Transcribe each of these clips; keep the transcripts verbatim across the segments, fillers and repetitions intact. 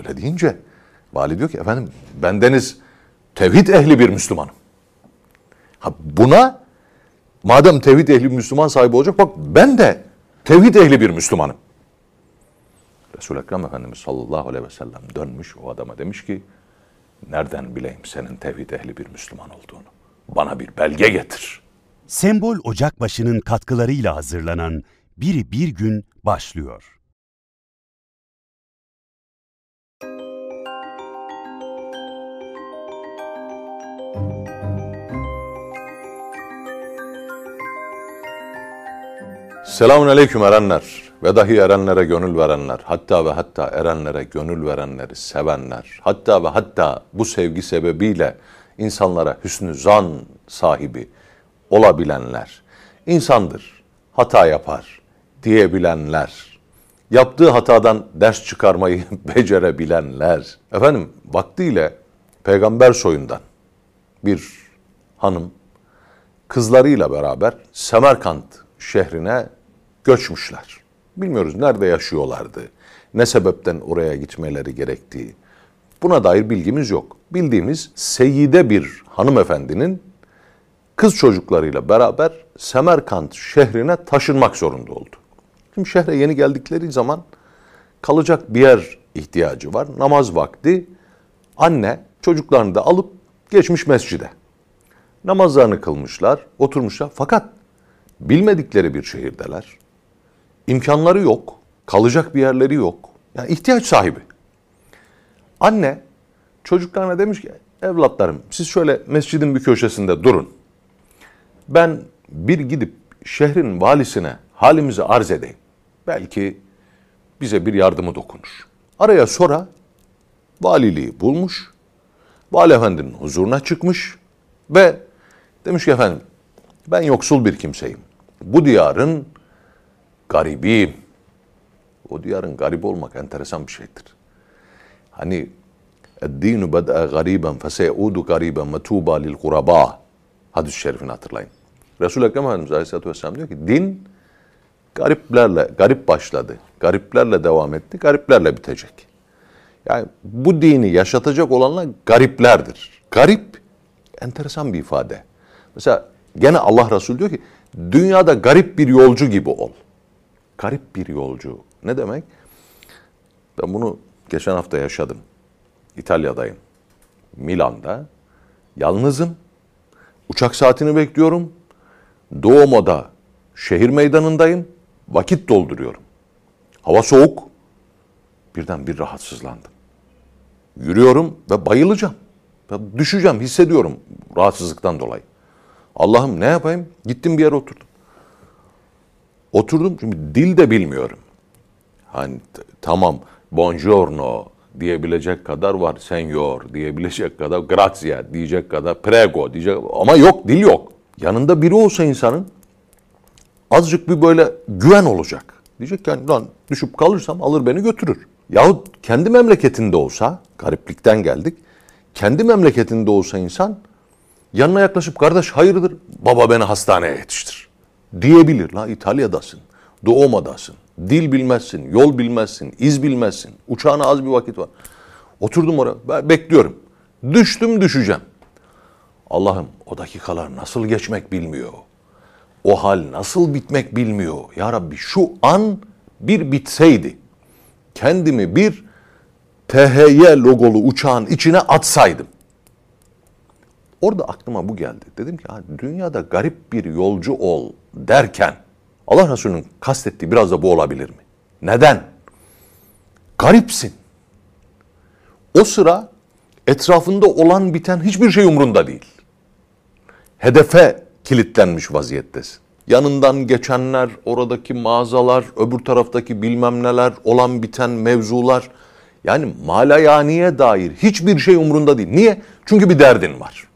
Öyle deyince vali diyor ki efendim bendeniz tevhid ehli bir Müslümanım. Ha buna madem tevhid ehli bir Müslüman sahibi olacak bak ben de tevhid ehli bir Müslümanım. Resul-i Ekrem Efendimiz sallallahu aleyhi ve sellem dönmüş o adama demiş ki nereden bileyim senin tevhid ehli bir Müslüman olduğunu? Bana bir belge getir. Sembol Ocakbaşı'nın katkılarıyla hazırlanan Biri Bir Gün başlıyor. Selamun aleyküm erenler ve dahi erenlere gönül verenler, hatta ve hatta erenlere gönül verenleri sevenler, hatta ve hatta bu sevgi sebebiyle insanlara hüsnü zan sahibi olabilenler, insandır, hata yapar diyebilenler, yaptığı hatadan ders çıkarmayı becerebilenler, efendim vaktiyle peygamber soyundan bir hanım kızlarıyla beraber Semerkant şehrine göçmüşler. Bilmiyoruz nerede yaşıyorlardı, ne sebepten oraya gitmeleri gerektiği. Buna dair bilgimiz yok. Bildiğimiz seyyide bir hanımefendinin kız çocuklarıyla beraber Semerkant şehrine taşınmak zorunda oldu. Şimdi şehre yeni geldikleri zaman kalacak bir yer ihtiyacı var. Namaz vakti anne çocuklarını da alıp geçmiş mescide. Namazlarını kılmışlar, oturmuşlar. Fakat bilmedikleri bir şehirdeler. İmkanları yok, kalacak bir yerleri yok. Yani ihtiyaç sahibi. Anne çocuklarına demiş ki evlatlarım siz şöyle mescidin bir köşesinde durun. Ben bir gidip şehrin valisine halimizi arz edeyim. Belki bize bir yardımı dokunur. Araya sonra valiliği bulmuş. Vali efendinin huzuruna çıkmış ve demiş ki efendim ben yoksul bir kimseyim. Bu diyarın garibiyim. O diyarın garip olmak enteresan bir şeydir. Hani اَدِّينُ بَدْأَ غَرِيبًا فَسَيَعُودُ غَرِيبًا مَتُوبًا لِلْقُرَبَى hadis-i şerifini hatırlayın. Resul-i Ekrem Efendimiz Aleyhisselatü Vesselam diyor ki din gariplerle, garip başladı. Gariplerle devam etti, gariplerle bitecek. Yani bu dini yaşatacak olanlar gariplerdir. Garip enteresan bir ifade. Mesela gene Allah Resulü diyor ki dünyada garip bir yolcu gibi ol. Garip bir yolcu. Ne demek? Ben bunu geçen hafta yaşadım. İtalya'dayım. Milan'da. Yalnızım. Uçak saatini bekliyorum. Duomo'da şehir meydanındayım. Vakit dolduruyorum. Hava soğuk. Birden bir rahatsızlandım. Yürüyorum ve bayılacağım. Ve düşeceğim, hissediyorum rahatsızlıktan dolayı. Allah'ım ne yapayım? Gittim bir yere oturdum. Oturdum çünkü dil de bilmiyorum. Hani t- tamam buongiorno diyebilecek kadar var, senyor diyebilecek kadar, grazie diyecek kadar, prego diyecek ama yok, dil yok. Yanında biri olsa insanın azıcık bir böyle güven olacak. Diyecek ki yani, lan düşüp kalırsam alır beni götürür. Yahut kendi memleketinde olsa, gariplikten geldik, kendi memleketinde olsa insan yanına yaklaşıp kardeş hayırdır, baba beni hastaneye yetiştir diyebilir. La İtalya'dasın, Duomo'dasın, dil bilmezsin, yol bilmezsin, iz bilmezsin, uçağına az bir vakit var. Oturdum oraya, ben bekliyorum. Düştüm düşeceğim. Allah'ım o dakikalar nasıl geçmek bilmiyor. O hal nasıl bitmek bilmiyor. Ya Rabbi şu an bir bitseydi, kendimi bir T H Y logolu uçağın içine atsaydım. Orada aklıma bu geldi. Dedim ki dünyada garip bir yolcu ol derken Allah Resulü'nün kastettiği biraz da bu olabilir mi? Neden? Garipsin. O sıra etrafında olan biten hiçbir şey umrunda değil. Hedefe kilitlenmiş vaziyettesin. Yanından geçenler, oradaki mağazalar, öbür taraftaki bilmem neler, olan biten mevzular. Yani malayaniye dair hiçbir şey umrunda değil. Niye? Çünkü bir derdin var.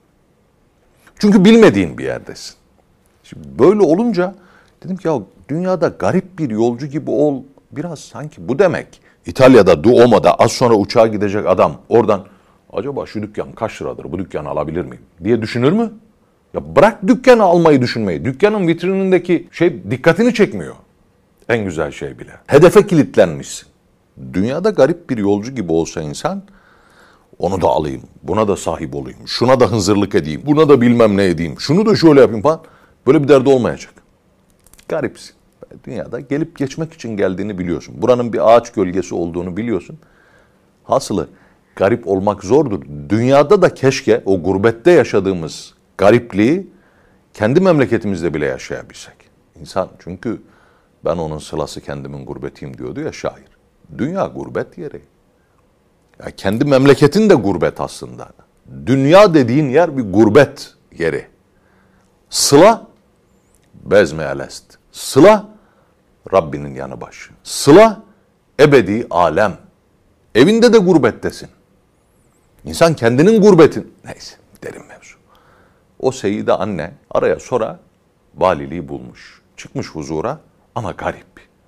Çünkü bilmediğin bir yerdesin. Şimdi böyle olunca dedim ki ya dünyada garip bir yolcu gibi ol biraz sanki bu demek. İtalya'da Duomo'da az sonra uçağa gidecek adam oradan acaba şu dükkan kaç liradır bu dükkanı alabilir miyim diye düşünür mü? Ya bırak dükkanı almayı düşünmeyi. Dükkanın vitrinindeki şey dikkatini çekmiyor. En güzel şey bile. Hedefe kilitlenmişsin. Dünyada garip bir yolcu gibi olsa insan, onu da alayım, buna da sahip olayım, şuna da hınzırlık edeyim, buna da bilmem ne edeyim, şunu da şöyle yapayım falan. Böyle bir derdi olmayacak. Garipsin. Dünyada gelip geçmek için geldiğini biliyorsun. Buranın bir ağaç gölgesi olduğunu biliyorsun. Hasılı garip olmak zordur. Dünyada da keşke o gurbette yaşadığımız garipliği kendi memleketimizde bile yaşayabilsek. İnsan çünkü ben onun sılası kendimin gurbetiyim diyordu ya şair. Dünya gurbet yeri. Ya kendi memleketin de gurbet aslında. Dünya dediğin yer bir gurbet yeri. Sıla bezme elest. Sıla Rabbinin yanı başı. Sıla ebedi alem. Evinde de gurbettesin. İnsan kendinin gurbetin. Neyse derin mevzu. O Seyyide anne araya sonra valiliği bulmuş. Çıkmış huzura ama garip.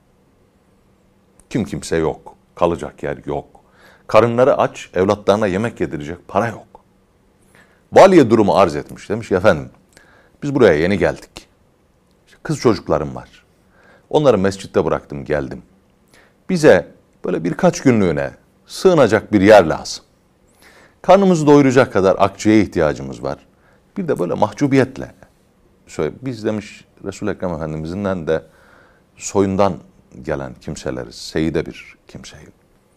Kim kimse yok. Kalacak yer yok. Karınları aç, evlatlarına yemek yedirecek para yok. Valiye durumu arz etmiş. Demiş ki efendim biz buraya yeni geldik. Kız çocuklarım var. Onları mescitte bıraktım geldim. Bize böyle birkaç günlüğüne sığınacak bir yer lazım. Karnımızı doyuracak kadar akçeye ihtiyacımız var. Bir de böyle mahcubiyetle. Biz demiş Resul-i Ekrem Efendimiz'in de soyundan gelen kimseleriz. Seyyide bir kimseyim.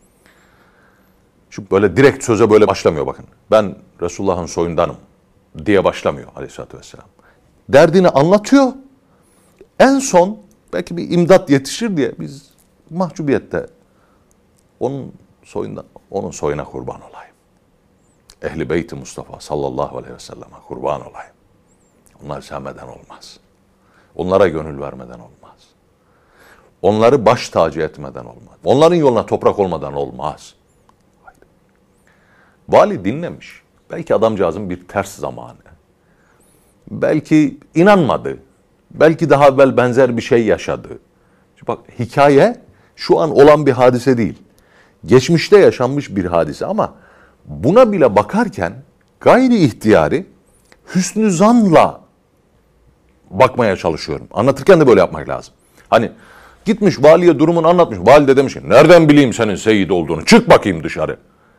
Çünkü böyle direkt söze böyle başlamıyor bakın. Ben Resulullah'ın soyundanım diye başlamıyor aleyhissalatü vesselam. Derdini anlatıyor. En son belki bir imdat yetişir diye biz mahcubiyette onun soyundan, onun soyuna kurban olayım. Ehli Beyt-i Mustafa sallallahu aleyhi ve selleme kurban olayım. Onları sevmeden olmaz. Onlara gönül vermeden olmaz. Onları baş tacı etmeden olmaz. Onların yoluna toprak olmadan olmaz. Haydi. Vali dinlemiş. Belki adamcağızın bir ters zamanı. Belki inanmadı. Belki daha evvel benzer bir şey yaşadı. Şimdi bak hikaye şu an olan bir hadise değil. Geçmişte yaşanmış bir hadise ama buna bile bakarken gayri ihtiyari hüsnü zanla bakmaya çalışıyorum. Anlatırken de böyle yapmak lazım. Hani gitmiş valiye durumunu anlatmış. Valide demiş ki nereden bileyim senin seyyid olduğunu? Çık bakayım dışarı.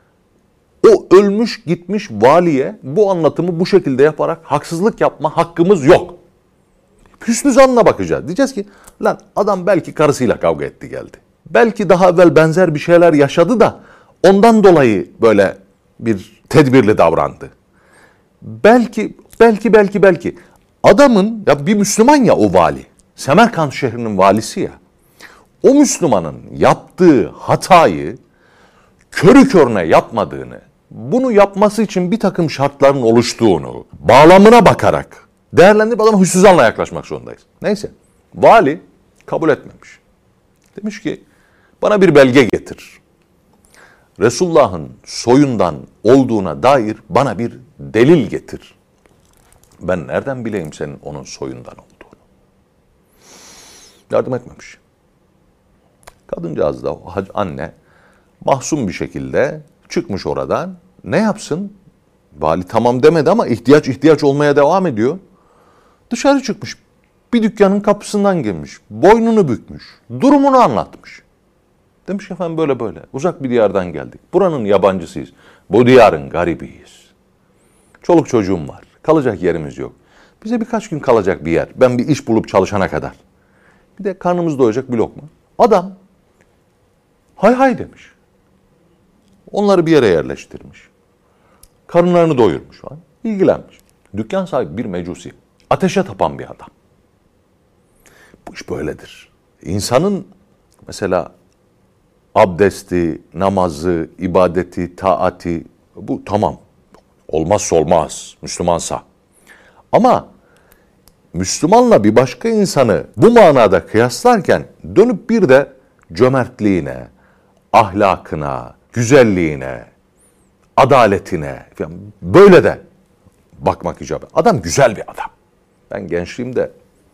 O ölmüş gitmiş valiye bu anlatımı bu şekilde yaparak haksızlık yapma hakkımız yok. Hüsnü zanla bakacağız. Diyeceğiz ki lan adam belki karısıyla kavga etti geldi. Belki daha evvel benzer bir şeyler yaşadı da ondan dolayı böyle bir tedbirli davrandı. Belki, belki, belki, belki. Adamın, ya bir Müslüman ya o vali. Semerkant şehrinin valisi ya. O Müslümanın yaptığı hatayı körü körüne yapmadığını, bunu yapması için bir takım şartların oluştuğunu, bağlamına bakarak değerlendirip adama hüsnüzanla yaklaşmak zorundayız. Neyse, vali kabul etmemiş. Demiş ki, bana bir belge getir. Resulullah'ın soyundan olduğuna dair bana bir delil getir. Ben nereden bileyim senin onun soyundan olduğunu? Yardım etmemiş. Kadıncağız da o anne mahzun bir şekilde çıkmış oradan. Ne yapsın? Vali tamam demedi ama ihtiyaç ihtiyaç olmaya devam ediyor. Dışarı çıkmış. Bir dükkanın kapısından girmiş. Boynunu bükmüş. Durumunu anlatmış. Demiş ki efendim böyle böyle. Uzak bir diyardan geldik. Buranın yabancısıyız. Bu diyarın garibiyiz. Çoluk çocuğum var. Kalacak yerimiz yok. Bize birkaç gün kalacak bir yer. Ben bir iş bulup çalışana kadar. Bir de karnımız doyacak bir lokma. Adam hay hay demiş. Onları bir yere yerleştirmiş. Karınlarını doyurmuş falan. İlgilenmiş. Dükkan sahibi bir mecusi. Ateşe tapan bir adam. Bu iş böyledir. İnsanın mesela abdesti, namazı, ibadeti, taati bu tamam. Olmazsa olmaz Müslümansa. Ama Müslümanla bir başka insanı bu manada kıyaslarken dönüp bir de cömertliğine, ahlakına, güzelliğine, adaletine falan böyle de bakmak icap. Adam güzel bir adam. Ben gençliğimde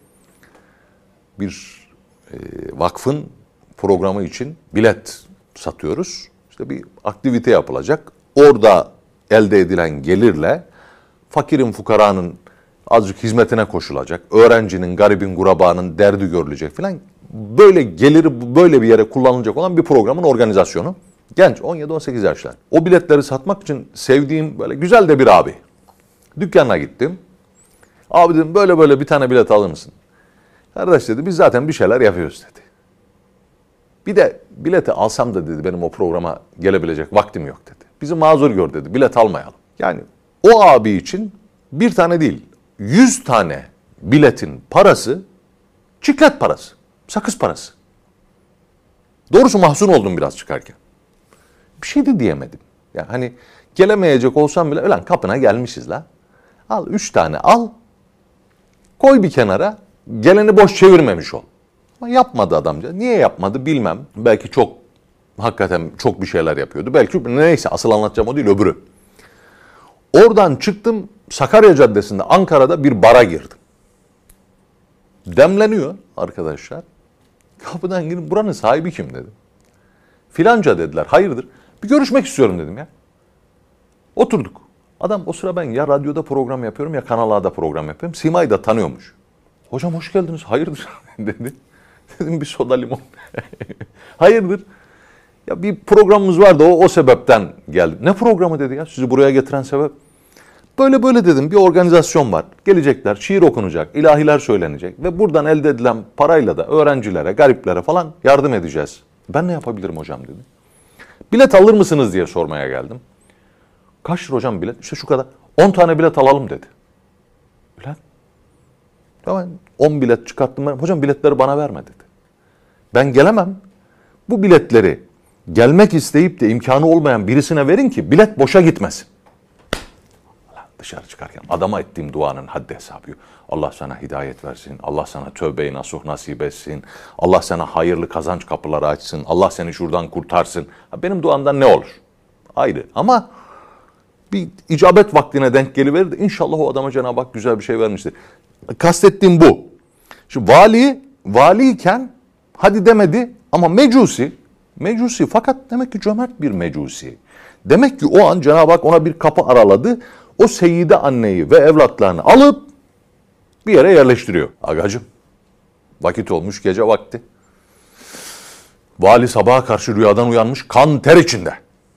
bir e, vakfın programı için bilet satıyoruz. İşte bir aktivite yapılacak. Orada elde edilen gelirle fakirin, fukaranın azıcık hizmetine koşulacak. Öğrencinin, garibin, gurabanın derdi görülecek filan. böyle geliri böyle bir yere kullanılacak olan bir programın organizasyonu. Genç, on yedi on sekiz yaşlar. O biletleri satmak için sevdiğim böyle güzel de bir abi. Dükkanına gittim. Abi dedim böyle böyle bir tane bilet alır mısın? Kardeş dedi biz zaten bir şeyler yapıyoruz dedi. Bir de bileti alsam da dedi benim o programa gelebilecek vaktim yok dedi. Bizi mazur gör dedi, bilet almayalım. Yani o abi için bir tane değil, yüz tane biletin parası çiklet parası, sakız parası. Doğrusu mahzun oldum biraz çıkarken. Bir şey de diyemedim. Yani hani gelemeyecek olsam bile ulan kapına gelmişiz la. Al üç tane al, koy bir kenara, geleni boş çevirmemiş ol. Ama yapmadı adamca. Niye yapmadı bilmem. Belki çok, hakikaten çok bir şeyler yapıyordu. Belki neyse asıl anlatacağım o değil öbürü. Oradan çıktım Sakarya Caddesi'nde Ankara'da bir bara girdim. Demleniyor arkadaşlar. Kapıdan girip buranın sahibi kim dedim. Filanca dediler. Hayırdır? Bir görüşmek istiyorum dedim ya. Oturduk. Adam o sıra ben ya radyoda program yapıyorum ya Kanal A'da program yapıyorum. Sima'yı da tanıyormuş. Hocam hoş geldiniz. Hayırdır dedi. Dedim bir soda limon. Hayırdır? Ya bir programımız vardı o o sebepten geldim. Ne programı dedi ya? Sizi buraya getiren sebep. Böyle böyle dedim bir organizasyon var. Gelecekler, şiir okunacak, ilahiler söylenecek ve buradan elde edilen parayla da öğrencilere, gariplere falan yardım edeceğiz. Ben ne yapabilirim hocam dedi. Bilet alır mısınız diye sormaya geldim. Kaç lira hocam bilet? İşte şu kadar. on tane bilet alalım dedi. Bilet? Tamam. on bilet çıkarttım ben. Hocam biletleri bana verme dedi. Ben gelemem. Bu biletleri gelmek isteyip de imkanı olmayan birisine verin ki bilet boşa gitmesin. Dışarı çıkarken adama ettiğim duanın haddi hesabı yok. Allah sana hidayet versin. Allah sana tövbe-i nasuh nasip etsin. Allah sana hayırlı kazanç kapıları açsın. Allah seni şuradan kurtarsın. Benim duamdan ne olur? Ayrı. Ama bir icabet vaktine denk geliverir de inşallah o adama Cenab-ı Hak güzel bir şey vermiştir. Kastettiğim bu. Şimdi vali, valiyken hadi demedi ama mecusi, mecusi fakat demek ki cömert bir mecusi. Demek ki o an Cenab-ı Hak ona bir kapı araladı. O Seyyide anneyi ve evlatlarını alıp bir yere yerleştiriyor. Agacım, vakit olmuş gece vakti. Vali sabaha karşı rüyadan uyanmış, kan ter içinde.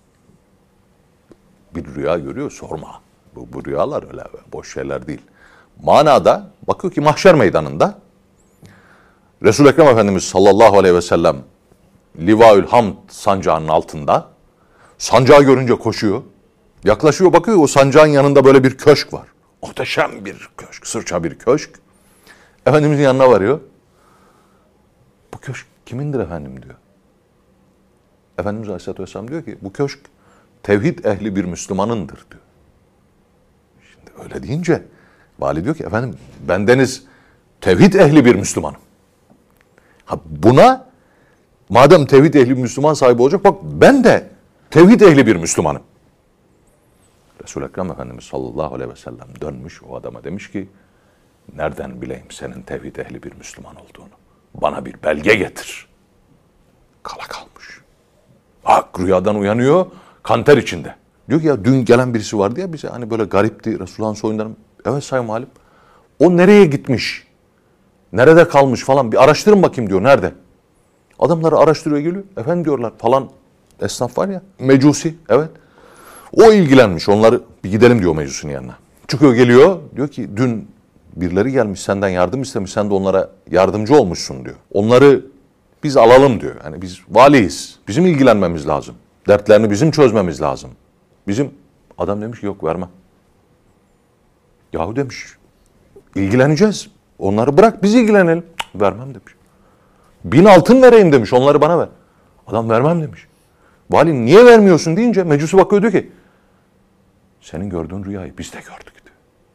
Bir rüya görüyor, sorma. Bu, bu rüyalar öyle boş şeyler değil. Manada bakıyor ki mahşer meydanında Resul-i Ekrem Efendimiz sallallahu aleyhi ve sellem Livaül Hamd sancağının altında. Sancağı görünce koşuyor. Yaklaşıyor bakıyor o sancağın yanında böyle bir köşk var. Muhteşem bir köşk, sırça bir köşk. Efendimizin yanına varıyor. Bu köşk kimindir efendim diyor. Efendimiz Aleyhisselatü Vesselam diyor ki bu köşk tevhid ehli bir Müslümanındır diyor. Şimdi öyle deyince vali diyor ki efendim bendeniz tevhid ehli bir Müslümanım. Ha buna madem tevhid ehli bir Müslüman sahibi olacak bak ben de tevhid ehli bir Müslümanım. Resul-i Ekrem Efendimiz sallallahu aleyhi ve sellem dönmüş o adama demiş ki nereden bileyim senin tevhid ehli bir Müslüman olduğunu. Bana bir belge getir. Kala kalmış. Bak rüyadan uyanıyor kanter içinde. Diyor ki ya dün gelen birisi vardı ya bize hani böyle garipti Resulullah'ın soyundan. Evet Sayın Halim. O nereye gitmiş? Nerede kalmış falan bir araştırın bakayım diyor. Nerede? Adamları araştırıyor geliyor. Efendim diyorlar falan esnaf var ya. Mecusi evet. O ilgilenmiş onları bir gidelim diyor Mecusi'nin yanına. Çıkıyor geliyor diyor ki dün birileri gelmiş senden yardım istemiş sen de onlara yardımcı olmuşsun diyor. Onları biz alalım diyor. Yani biz valiyiz. Bizim ilgilenmemiz lazım. Dertlerini bizim çözmemiz lazım. Bizim adam demiş ki yok vermem. Yahu demiş ilgileneceğiz. Onları bırak biz ilgilenelim. Cık, vermem demiş. Bin altın vereyim demiş onları bana ver. Adam vermem demiş. Vali niye vermiyorsun deyince Mecusi bakıyor diyor ki senin gördüğün rüyayı biz de gördük diyor.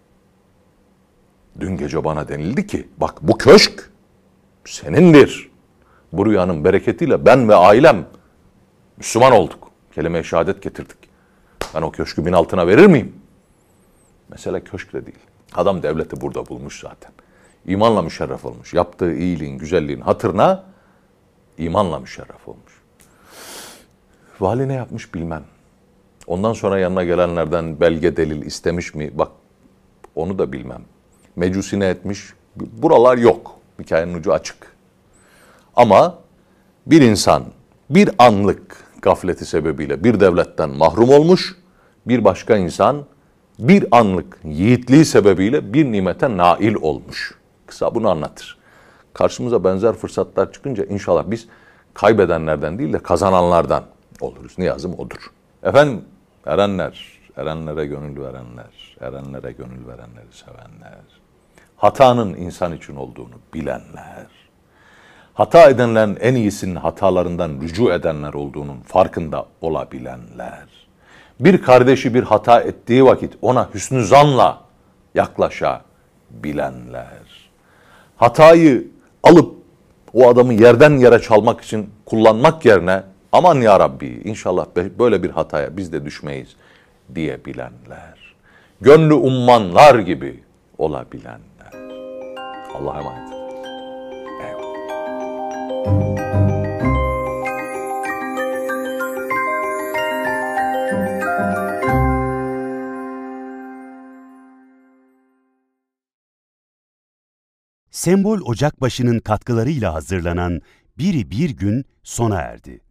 Dün gece bana denildi ki bak bu köşk senindir. Bu rüyanın bereketiyle ben ve ailem Müslüman olduk. Kelime-i şehadet getirdik. Ben o köşkü bin altına verir miyim? Mesele köşkle değil. Adam devleti burada bulmuş zaten. İmanla müşerref olmuş. Yaptığı iyiliğin, güzelliğin hatırına imanla müşerref olmuş. Vali ne yapmış bilmem. Ondan sonra yanına gelenlerden belge delil istemiş mi? Bak onu da bilmem. Mecusi ne etmiş? Buralar yok. Hikayenin ucu açık. Ama bir insan bir anlık gafleti sebebiyle bir devletten mahrum olmuş, bir başka insan bir anlık yiğitliği sebebiyle bir nimete nail olmuş. Kısa bunu anlatır. Karşımıza benzer fırsatlar çıkınca inşallah biz kaybedenlerden değil de kazananlardan oluruz. Niyazım odur. Efendim, erenler, erenlere gönül verenler, erenlere gönül verenleri sevenler, hatanın insan için olduğunu bilenler, hata edenlerin en iyisinin hatalarından rücu edenler olduğunun farkında olabilenler, bir kardeşi bir hata ettiği vakit ona hüsnü zanla yaklaşabilenler, hatayı alıp o adamı yerden yere çalmak için kullanmak yerine aman ya Rabbi inşallah böyle bir hataya biz de düşmeyiz diyebilenler, gönlü ummanlar gibi olabilenler. Allah'a emanet. Eyvallah. Sembol Ocakbaşı'nın katkılarıyla hazırlanan Biri Bir Gün sona erdi.